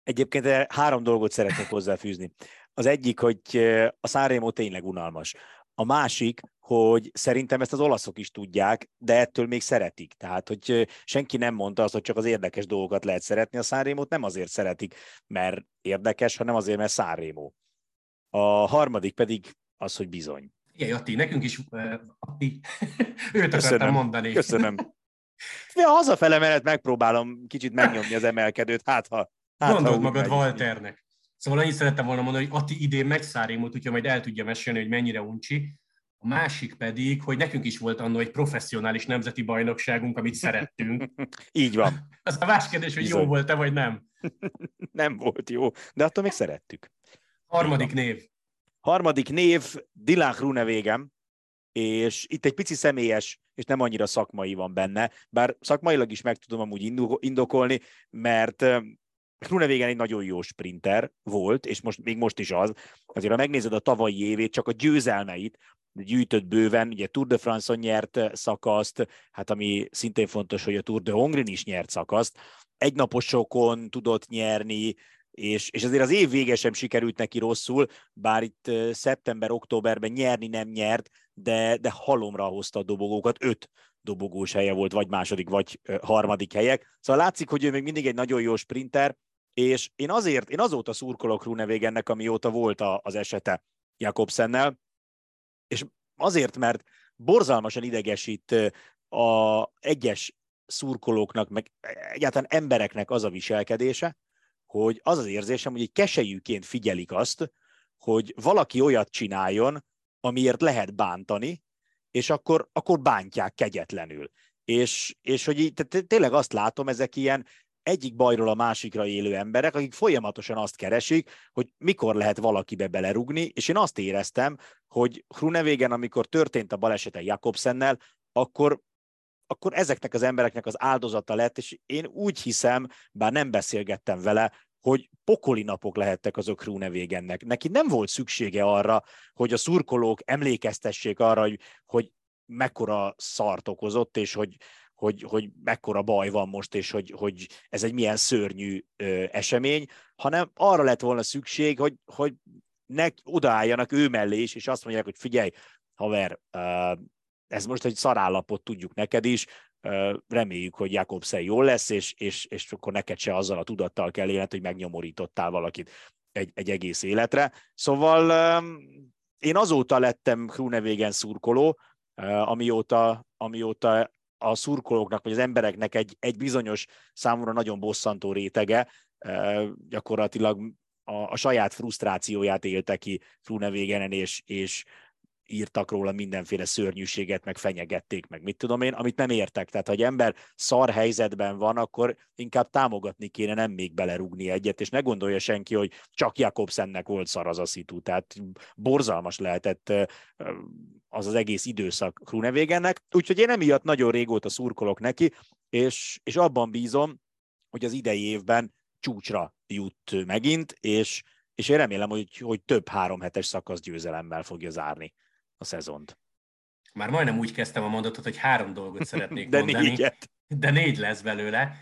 Egyébként 3 dolgot szeretnék hozzáfűzni. Az egyik, hogy a Sanremo tényleg unalmas. A másik, hogy szerintem ezt az olaszok is tudják, de ettől még szeretik. Tehát, hogy senki nem mondta azt, hogy csak az érdekes dolgokat lehet szeretni. A Sanremót nem azért szeretik, mert érdekes, hanem azért, mert Sanremo. A harmadik pedig az, hogy bizony. Igen, Atti, nekünk is, Atti, őt akartam Köszönöm, mondani. köszönöm. De a hazafele mellett megpróbálom kicsit megnyomni az emelkedőt, Gondold úgy magad megy. Walternek. Szóval annyit szerettem volna mondani, hogy Atti idén megy Sanremót, úgyhogy majd el tudja mesélni, hogy mennyire uncsi. A másik pedig, hogy nekünk is volt annó egy professzionális nemzeti bajnokságunk, amit szerettünk. Így van. Az a más kérdés, hogy jó volt-e, vagy nem. Nem volt jó, de attól még szerettük. Harmadik név. Harmadik név Dylan Groenewegen, és itt egy pici személyes, és nem annyira szakmai van benne, bár szakmailag is meg tudom amúgy indokolni, mert Groenewegen egy nagyon jó sprinter volt, és még most is az. Azért, ha megnézed a tavalyi évét, csak a győzelmeit gyűjtött bőven, ugye Tour de France-on nyert szakaszt, hát ami szintén fontos, hogy a Tour de Hongrin is nyert szakaszt, egynaposokon tudott nyerni, és azért az év vége sem sikerült neki rosszul, bár itt szeptember-októberben nyerni nem nyert, de halomra hozta a dobogókat, 5 dobogós helye volt, vagy második, vagy harmadik helyek. Szóval látszik, hogy ő még mindig egy nagyon jó sprinter, és én azóta szurkolok Groenewegennek, amióta volt az esete Jakobsennel, és azért, mert borzalmasan idegesít a egyes szurkolóknak, meg egyáltalán embereknek az a viselkedése, hogy az az érzésem, hogy egy keselyűként figyelik azt, hogy valaki olyat csináljon, amiért lehet bántani, és akkor bántják kegyetlenül. És hogy így, tényleg azt látom, ezek ilyen egyik bajról a másikra élő emberek, akik folyamatosan azt keresik, hogy mikor lehet valakibe belerugni, és én azt éreztem, hogy Groenewegen, amikor történt a balesete Jakobsennel, akkor ezeknek az embereknek az áldozata lett, és én úgy hiszem, bár nem beszélgettem vele, hogy pokoli napok lehettek azok Groenewegennek. Neki nem volt szüksége arra, hogy a szurkolók emlékeztessék arra, hogy mekkora szart okozott, és hogy mekkora baj van most, és hogy ez egy milyen szörnyű esemény, hanem arra lett volna szükség, hogy odaálljanak ő mellé is, és azt mondják, hogy figyelj, haver, ez most egy szarállapot, tudjuk neked is, reméljük, hogy Jakobsen jól lesz, és akkor neked se azzal a tudattal kell élned, hogy megnyomorítottál valakit egy egész életre. Szóval én azóta lettem Groenewegen szurkoló, amióta a szurkolóknak, vagy az embereknek egy bizonyos, számomra nagyon bosszantó rétege gyakorlatilag a saját frusztrációját élte ki Groenewegenen, és írtak róla mindenféle szörnyűséget, meg fenyegették, meg mit tudom én, amit nem értek. Tehát, ha egy ember szar helyzetben van, akkor inkább támogatni kéne, nem még belerúgni egyet, és ne gondolja senki, hogy csak Jakobsennek volt szar az a szitu. Tehát borzalmas lehetett az egész időszak Groenewegennek. Úgyhogy én emiatt nagyon régóta szurkolok neki, és abban bízom, hogy az idei évben csúcsra jut megint, és én remélem, hogy több 3 hetes szakasz győzelemmel fogja zárni a szezont. Már majdnem úgy kezdtem a mondatot, hogy 3 dolgot szeretnék mondani, de 4 lesz belőle.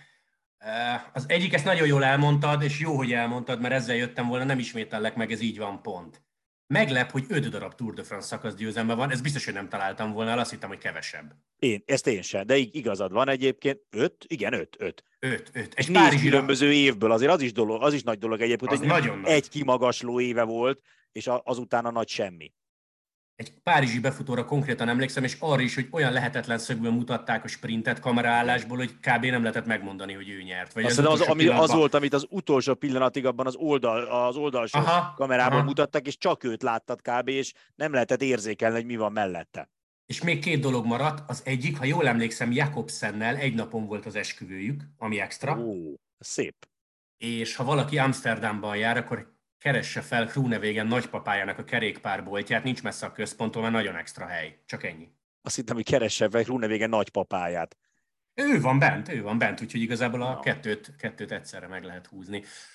Az egyik, ezt nagyon jól elmondtad, és jó, hogy elmondtad, mert ezzel jöttem volna, nem ismétellek meg, ez így van, pont. Meglep, hogy 5 darab Tour de France szakasz győzelme van, ez biztos, hogy nem találtam volna el, azt hittem, hogy kevesebb. Ezt én sem, de igazad van egyébként, 5. Igen, 5. 5. És 4 különböző évből, azért az is nagy dolog egyébként, hogy nagyon egy kimagasló éve volt, és azután a nagy semmi. Egy párizsi befutóra konkrétan emlékszem, és arra is, hogy olyan lehetetlen szögből mutatták a sprintet kameraállásból, hogy kb. Nem lehetett megmondani, hogy ő nyert. Vagy az volt, amit az utolsó pillanatig abban az oldalsó kamerában mutattak, és csak őt láttad kb. És nem lehetett érzékelni, hogy mi van mellette. És még 2 dolog maradt. Az egyik, ha jól emlékszem, Jakobsennel egy napon volt az esküvőjük, ami extra. Ó, szép. És ha valaki Amsterdamban jár, akkor keresse fel Groenewegen nagypapájának a kerékpárboltját, nincs messze a központtól, mert nagyon extra hely. Csak ennyi. Azt hittem, hogy keresse fel Groenewegen nagypapáját. Ő van bent, úgyhogy igazából a kettőt egyszerre meg lehet húzni.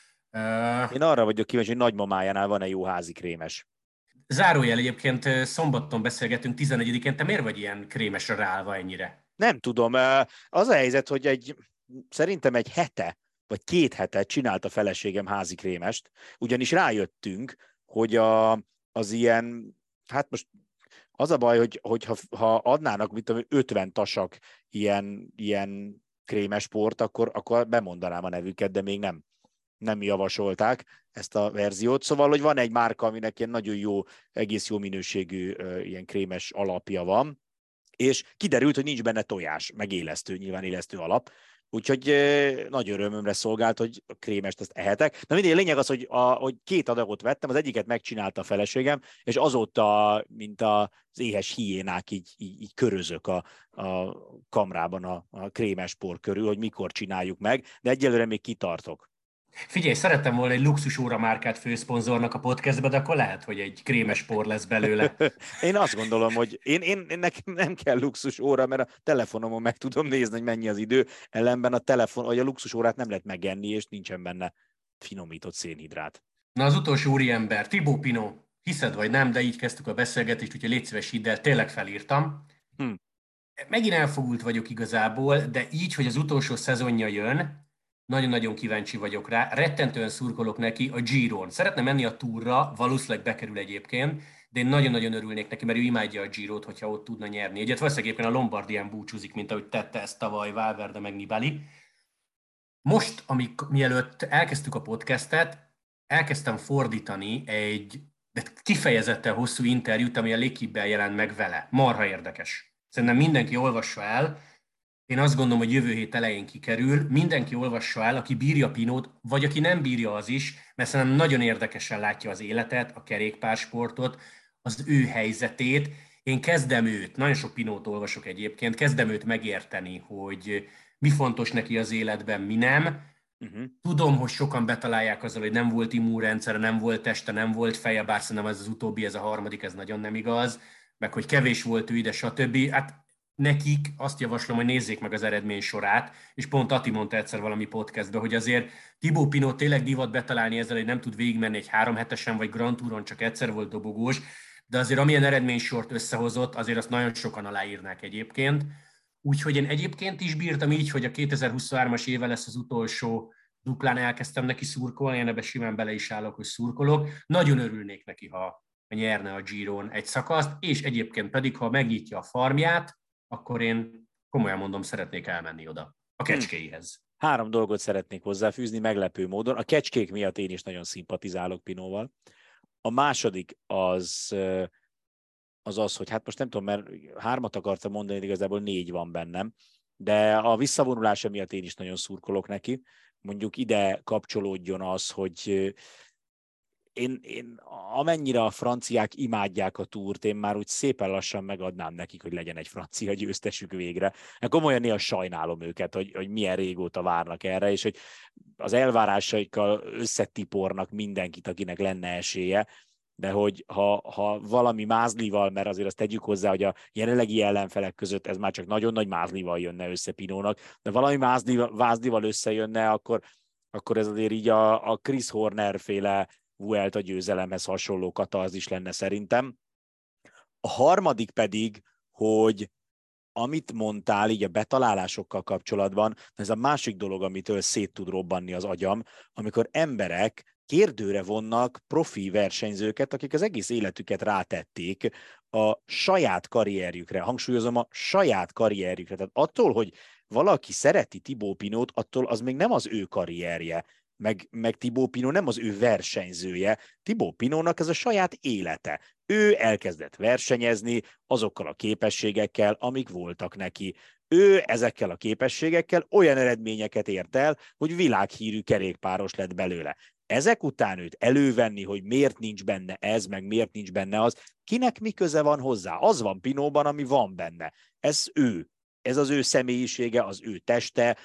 Én arra vagyok kíváncsi, hogy nagymamájánál van-e jó házi krémes. Zárójel egyébként, szombaton beszélgetünk 11-én, te miért vagy ilyen krémesre ráállva ennyire? Nem tudom, az a helyzet, hogy szerintem egy hete, vagy 2 hete csinált a feleségem házi krémest, ugyanis rájöttünk, hogy az ilyen, hát most Az a baj, hogy ha adnának, mit tudom, 50 tasak ilyen krémes port, akkor bemondanám a nevüket, de még nem javasolták ezt a verziót. Szóval, hogy van egy márka, aminek ilyen nagyon jó, egész jó minőségű ilyen krémes alapja van, és kiderült, hogy nincs benne tojás, meg élesztő, nyilván élesztő alap. Úgyhogy nagy örömömre szolgált, hogy a krémest ezt ehetek. Na mindegy, a lényeg az, hogy 2 adagot vettem, az egyiket megcsinálta a feleségem, és azóta, mint az éhes hiénák, így körözök a kamrában a krémes por körül, hogy mikor csináljuk meg, de egyelőre még kitartok. Figyelj, szerettem volna egy luxus óra márkát főszponzornak a podcastbe, de akkor lehet, hogy egy krémes por lesz belőle. Én azt gondolom, hogy nekem nem kell luxus óra, mert a telefonomon meg tudom nézni, hogy mennyi az idő, ellenben a luxus órát nem lehet megenni, és nincsen benne finomított szénhidrát. Na, az utolsó úriember, Thibaut Pinot, hiszed vagy nem, de így kezdtük a beszélgetést, úgyhogy légy szíves, hidd el, tényleg felírtam. Megint elfogult vagyok igazából, de így, hogy az utolsó szezonja jön, nagyon-nagyon kíváncsi vagyok rá. Rettentően szurkolok neki a Giron. Szeretne menni a túrra, valószínűleg bekerül egyébként, de én nagyon-nagyon örülnék neki, mert ő imádja a Girot, hogyha ott tudna nyerni. Egyet valószínűleg éppen a Lombardián búcsúzik, mint ahogy tette ezt tavaly Valverde meg Nibali. Most, mielőtt elkezdtük a podcastet, elkezdtem fordítani egy kifejezetten hosszú interjút, ami a L'équipe-ben jelent meg vele. Marha érdekes. Szerintem mindenki olvassa el. Én azt gondolom, hogy jövő hét elején kikerül. Mindenki olvassa el, aki bírja Pinót, vagy aki nem bírja, az is, mert szerintem nagyon érdekesen látja az életet, a kerékpársportot, az ő helyzetét. Én kezdem őt, nagyon sok Pinót olvasok egyébként, kezdem őt megérteni, hogy mi fontos neki az életben, mi nem. Tudom, hogy sokan betalálják azzal, hogy nem volt immunrendszere, nem volt teste, nem volt feje, bár szerintem ez az utóbbi, ez a harmadik, ez nagyon nem igaz, meg hogy kevés volt ő ide, stb. Hát nekik azt javaslom, hogy nézzék meg az eredmény sorát, és pont Ati mondta egyszer valami podcastban, hogy azért Thibaut Pinot tényleg divat betalálni ezzel, hogy nem tud végigmenni egy 3 hetesen, vagy Grand Touron csak egyszer volt dobogós, de azért amilyen eredménysort összehozott, azért azt nagyon sokan aláírnák egyébként. Úgyhogy én egyébként is bírtam így, hogy a 2023-as éve lesz az utolsó, duplán elkezdtem neki szurkolni, én ebbe simán bele is állok, hogy szurkolok. Nagyon örülnék neki, ha nyerne a Giron egy szakaszt, és egyébként pedig, ha megnyitja a farmját, akkor én komolyan mondom, szeretnék elmenni oda, a kecskéihez. 3 dolgot szeretnék hozzáfűzni meglepő módon. A kecskék miatt én is nagyon szimpatizálok Pinóval. A második az, hogy hát most nem tudom, mert 3 akartam mondani, de igazából 4 van bennem, de a visszavonulása miatt én is nagyon szurkolok neki. Mondjuk ide kapcsolódjon az, hogy én amennyire a franciák imádják a túrt, én már úgy szépen lassan megadnám nekik, hogy legyen egy francia győztesük végre. Komolyan néha sajnálom őket, hogy milyen régóta várnak erre, és hogy az elvárásaikkal összetipornak mindenkit, akinek lenne esélye, de hogy ha valami mázlival, mert azért azt tegyük hozzá, hogy a jelenlegi ellenfelek között ez már csak nagyon nagy mázlival jönne össze Pinónak, de valami mázlival összejönne, akkor ez azért így a Chris Horner féle Vuelta győzelemhez hasonló katarzis lenne szerintem. A harmadik pedig, hogy amit mondtál így a betalálásokkal kapcsolatban, ez a másik dolog, amitől szét tud robbanni az agyam, amikor emberek kérdőre vonnak profi versenyzőket, akik az egész életüket rátették a saját karrierjükre. Hangsúlyozom, a saját karrierjükre. Tehát attól, hogy valaki szereti Thibaut Pinot, attól az még nem az ő karrierje. Meg Thibaut Pinot nem az ő versenyzője. Thibaut Pinotnak ez a saját élete. Ő elkezdett versenyezni azokkal a képességekkel, amik voltak neki. Ő ezekkel a képességekkel olyan eredményeket ért el, hogy világhírű kerékpáros lett belőle. Ezek után őt elővenni, hogy miért nincs benne ez, meg miért nincs benne az, kinek mi köze van hozzá? Az van Pinotban, ami van benne. Ez ő. Ez az ő személyisége, az ő teste,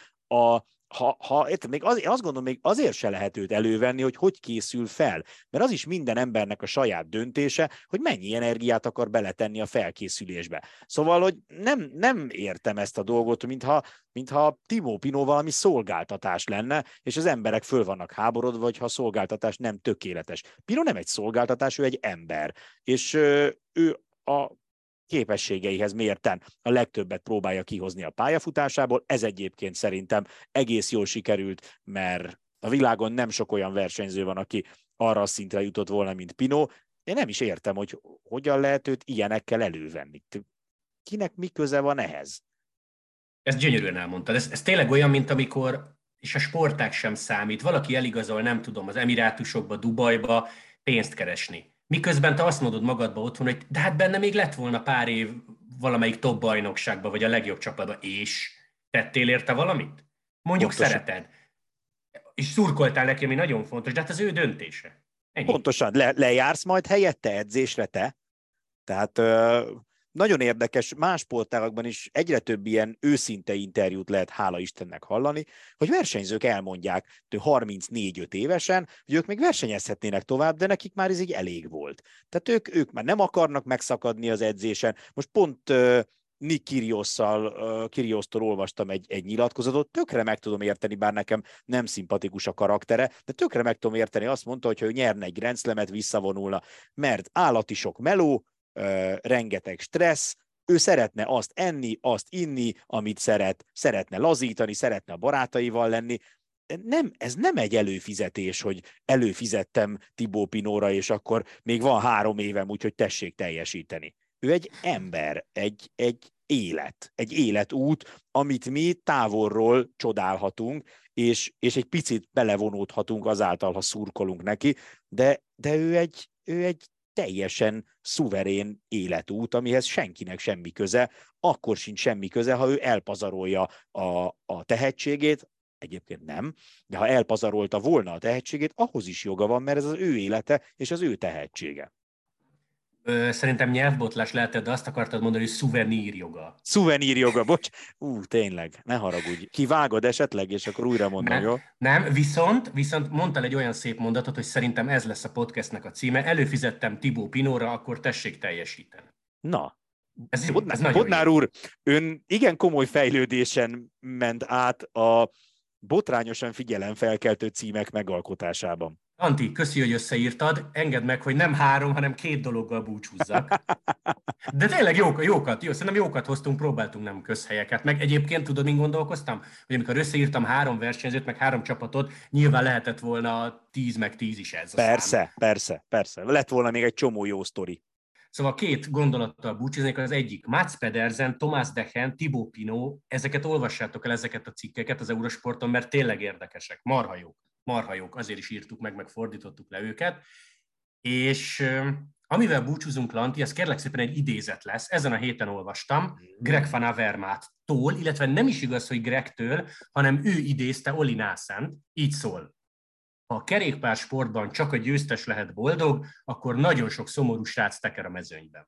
még azt gondolom, még azért se lehet őt elővenni, hogy készül fel. Mert az is minden embernek a saját döntése, hogy mennyi energiát akar beletenni a felkészülésbe. Szóval, hogy nem értem ezt a dolgot, mintha Thibaut Pinot valami szolgáltatás lenne, és az emberek föl vannak háborodva, hogyha a szolgáltatás nem tökéletes. Pinot nem egy szolgáltatás, ő egy ember. És ő a képességeihez mérten a legtöbbet próbálja kihozni a pályafutásából. Ez egyébként szerintem egész jól sikerült, mert a világon nem sok olyan versenyző van, aki arra a szintre jutott volna, mint Pinot. Én nem is értem, hogy hogyan lehet őt ilyenekkel elővenni. Kinek mi köze van ehhez? Ezt gyönyörűen elmondtad. Ez tényleg olyan, mint amikor, és a sportág sem számít, valaki eligazol, nem tudom, az Emirátusokba, Dubajba pénzt keresni. Miközben te azt mondod magadba otthon, hogy de hát benne még lett volna pár év valamelyik top bajnokságba, vagy a legjobb csapatba, és tettél érte valamit? Mondjuk Pontosan. szereted. És szurkoltál neki, ami nagyon fontos, de hát az ő döntése. Ennyi. Pontosan. Lejársz majd helyette edzésre te? Tehát nagyon érdekes, más sportágakban is egyre több ilyen őszinte interjút lehet, hála Istennek hallani, hogy versenyzők elmondják 34-5 évesen, hogy ők még versenyezhetnének tovább, de nekik már ez így elég volt. Tehát ők már nem akarnak megszakadni az edzésen. Most pont Nick Kyrgiostól olvastam egy nyilatkozatot, tökre meg tudom érteni, bár nekem nem szimpatikus a karaktere, de tökre meg tudom érteni, azt mondta, hogy ha ő nyerne egy Grand Slamet, visszavonulna, mert állati sok meló, rengeteg stressz, ő szeretne azt enni, azt inni, amit szeretne lazítani, szeretne a barátaival lenni. Ez nem egy előfizetés, hogy előfizettem Thibaut Pinotra, és akkor még van 3 évem, úgyhogy tessék teljesíteni. Ő egy ember, egy egy életút, amit mi távolról csodálhatunk, és egy picit belevonódhatunk azáltal, ha szurkolunk neki, de ő egy teljesen szuverén életút, amihez senkinek semmi köze, akkor sincs semmi köze, ha ő elpazarolja a tehetségét, egyébként nem, de ha elpazarolta volna a tehetségét, ahhoz is joga van, mert ez az ő élete és az ő tehetsége. Szerintem nyelvbotlás lehetett, de azt akartad mondani, hogy szuvenírjoga. Szuvenírjoga, bocs. Tényleg, ne haragudj. Kivágod esetleg, és akkor újra mondom, Nem, jó? nem, viszont mondtál egy olyan szép mondatot, hogy szerintem ez lesz a podcastnek a címe. Előfizettem Thibaut Pinotra, akkor tessék teljesíteni. Na, Ez nagyon Bodnár jó. úr, ön igen komoly fejlődésen ment át a botrányosan figyelemfelkeltő címek megalkotásában. Antti, köszi, hogy összeírtad. Engedd meg, hogy nem 3, hanem 2 dologgal búcsúzzak. De tényleg szerintem jókat hoztunk, próbáltunk nem közhelyeket. Meg egyébként tudod, mint gondolkoztam? Hogy amikor összeírtam 3 versenyzőt, meg 3 csapatot, nyilván lehetett volna 10 meg 10 is ez a szám. Persze. Lett volna még egy csomó jó sztori. Szóval 2 gondolattal búcsúznék, az egyik Mats Pedersen, Thomas Dechen, Thibaut Pinot, ezeket olvassátok el, ezeket a cikkeket az Eurosporton, mert tényleg érdekesek, marha jók, azért is írtuk meg fordítottuk le őket. És amivel búcsúzunk, Lanti, ez kérlek szépen egy idézet lesz, ezen a héten olvastam, Greg van Avermaet-tól, illetve nem is igaz, hogy Gregtől, hanem ő idézte Oli Nászent, így szól. Ha a kerékpársportban csak a győztes lehet boldog, akkor nagyon sok szomorú srác teker a mezőnyben.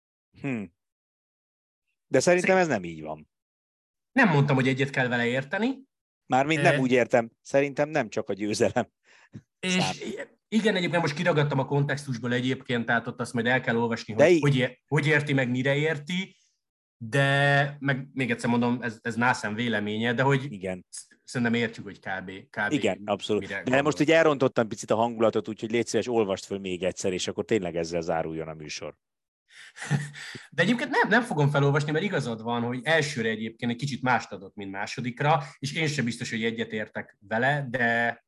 De szerintem ez nem így van. Nem mondtam, hogy egyet kell vele érteni. Mármint nem úgy értem, szerintem nem csak a győzelem. És igen, egyébként most kiragadtam a kontextusból egyébként, tehát ott azt majd el kell olvasni, hogy érti, meg mire érti, de meg még egyszer mondom, ez Nászem véleménye, de hogy igen. Szerintem értjük, hogy kb. Igen, abszolút. De most így elrontottam picit a hangulatot, úgyhogy légy szíves, olvast föl még egyszer, és akkor tényleg ezzel záruljon a műsor. De egyébként nem fogom felolvasni, mert igazad van, hogy elsőre egyébként egy kicsit mást adott, mint másodikra, és én sem biztos, hogy egyetértek vele, de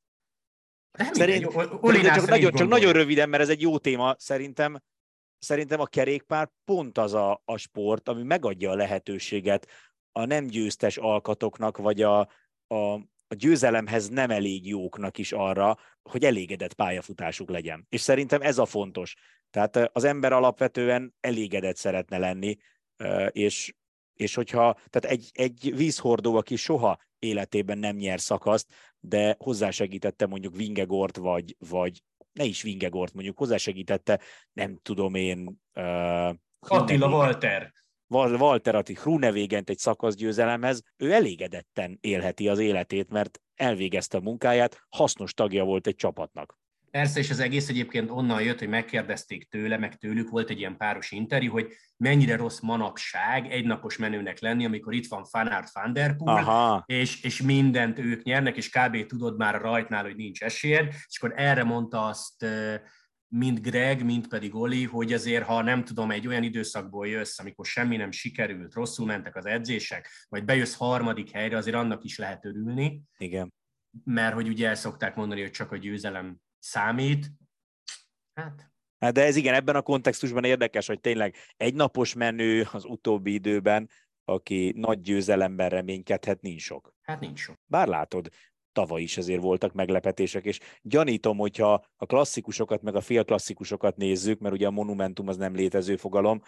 csak nagyon röviden, mert ez egy jó téma, szerintem a kerékpár pont az a sport, ami megadja a lehetőséget a nem győztes alkatoknak, vagy a győzelemhez nem elég jóknak is arra, hogy elégedett pályafutásuk legyen. És szerintem ez a fontos. Tehát az ember alapvetően elégedett szeretne lenni, és hogyha tehát egy vízhordó, aki soha életében nem nyer szakaszt, de hozzásegítette mondjuk Vingegaard, vagy ne is Vingegaard, mondjuk hozzásegítette, nem tudom én... Attila Walter. Walter Groenewegent egy szakaszgyőzelemhez, ő elégedetten élheti az életét, mert elvégezte a munkáját, hasznos tagja volt egy csapatnak. Persze, és az egész egyébként onnan jött, hogy megkérdezték tőle, meg tőlük volt egy ilyen páros interjú, hogy mennyire rossz manapság egynapos menőnek lenni, amikor itt van Van Aert, Van der Poel, és mindent ők nyernek, és kb. Tudod már a rajtnál, hogy nincs esélyed, és akkor erre mondta azt mind Greg, mind pedig Oli, hogy azért, ha nem tudom, egy olyan időszakból jössz, amikor semmi nem sikerült, rosszul mentek az edzések, vagy bejössz 3. helyre, azért annak is lehet örülni. Igen. Mert hogy ugye el szokták mondani, hogy csak a győzelem számít. Hát, De ez igen, ebben a kontextusban érdekes, hogy tényleg egynapos menő az utóbbi időben, aki nagy győzelemben reménykedhet, nincs sok. Hát nincs sok. Bár látod, tavaly is azért voltak meglepetések, és gyanítom, hogyha a klasszikusokat meg a félklasszikusokat nézzük, mert ugye a Monumentum az nem létező fogalom,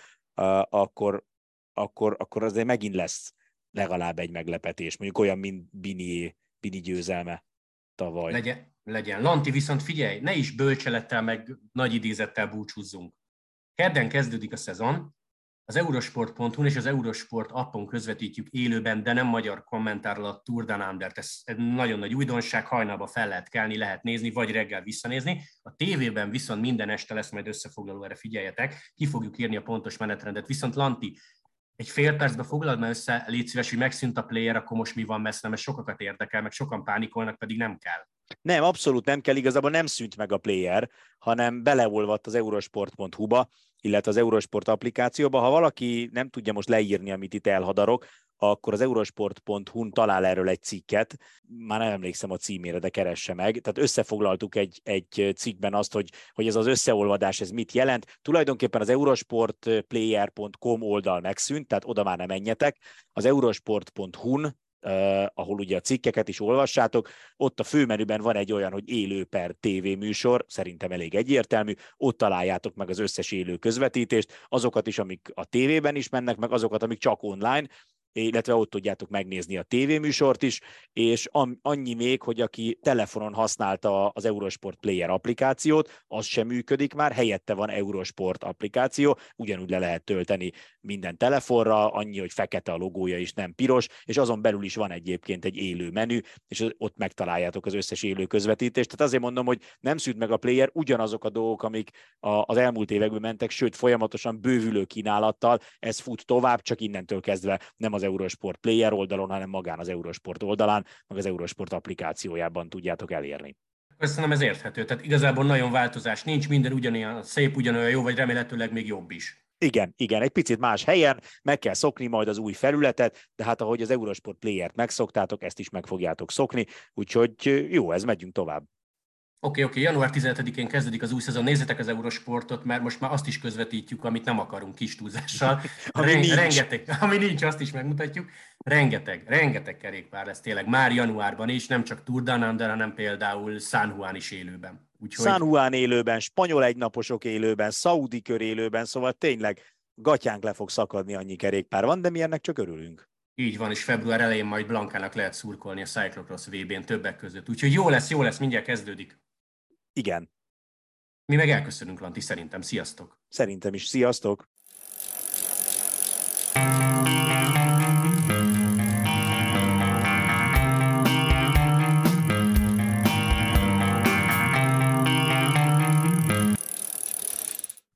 akkor azért megint lesz legalább egy meglepetés, mondjuk olyan, mint Bini győzelme tavaly. Legyen. Lanti, viszont figyelj, ne is bölcselettel meg nagy idézettel búcsúzzunk. Kedden kezdődik a szezon, az Eurosport.hu-n és az Eurosport appon közvetítjük élőben, de nem magyar kommentárral a Tour Down Under-t. Ez egy nagyon nagy újdonság, hajnalba fel lehet kelni, lehet nézni, vagy reggel visszanézni. A tévében viszont minden este lesz majd összefoglaló, erre figyeljetek, ki fogjuk írni a pontos menetrendet. Viszont Lanti, egy fél percbe foglald már össze, légy szíves, hogy megszűnt a player, akkor most mi van messze, mert sokakat érdekel, meg sokan pánikolnak, pedig nem kell. Nem, abszolút nem kell, igazából nem szűnt meg a player, hanem beleolvadt az eurosport.hu-ba, illetve az Eurosport applikációba. Ha valaki nem tudja most leírni, amit itt elhadarok, akkor az eurosport.hu-n talál erről egy cikket, már nem emlékszem a címére, de keresse meg. Tehát összefoglaltuk egy cikkben azt, hogy ez az összeolvadás, ez mit jelent. Tulajdonképpen az eurosportplayer.com oldal megszűnt, tehát oda már nem menjetek. Az eurosport.hu-n, ahol ugye a cikkeket is olvassátok, ott a főmenüben van egy olyan, hogy élő per tévéműsor, szerintem elég egyértelmű, ott találjátok meg az összes élő közvetítést, azokat is, amik a tévében is mennek, meg azokat, amik csak online, illetve ott tudjátok megnézni a tévéműsort is, és annyi még, hogy aki telefonon használta az Eurosport Player applikációt, az sem működik már, helyette van Eurosport applikáció, ugyanúgy le lehet tölteni minden telefonra, annyi, hogy fekete a logója is, nem piros, és azon belül is van egyébként egy élő menü, és ott megtaláljátok az összes élő közvetítést. Tehát azért mondom, hogy nem szűnt meg a player, ugyanazok a dolgok, amik az elmúlt években mentek, sőt folyamatosan bővülő kínálattal, ez fut tovább, csak innentől kezdve nem az Eurosport Player oldalon, hanem magán az Eurosport oldalán, meg az Eurosport applikációjában tudjátok elérni. Köszönöm, ez érthető. Tehát igazából nagyon változás nincs, minden ugyanolyan szép, ugyanolyan jó, vagy remélhetőleg még jobb is. Igen, egy picit más helyen, meg kell szokni majd az új felületet, de hát ahogy az Eurosport Player-t megszoktátok, ezt is meg fogjátok szokni, úgyhogy jó, ez megyünk tovább. Oké, január 17-én kezdődik az új szezon. Nézzétek az Eurosportot, mert most már azt is közvetítjük, amit nem akarunk, kis túlzással. Rengeteg, ami nincs, azt is megmutatjuk. Rengeteg kerékpár lesz tényleg már januárban is, nem csak Tour Down Under, hanem például San Juan is élőben. Úgyhogy... San Juan élőben, spanyol egynaposok élőben, szaudi kör élőben, szóval tényleg gatyánk le fog szakadni, annyi kerékpár van, de mi ennek csak örülünk. Így van, és február elején majd Blankának lehet szurkolni a Cyclocross VB-n többek között. Úgyhogy jó lesz, mindjárt kezdődik. Igen. Mi meg elköszönünk, Lanti, szerintem. Sziasztok! Szerintem is. Sziasztok!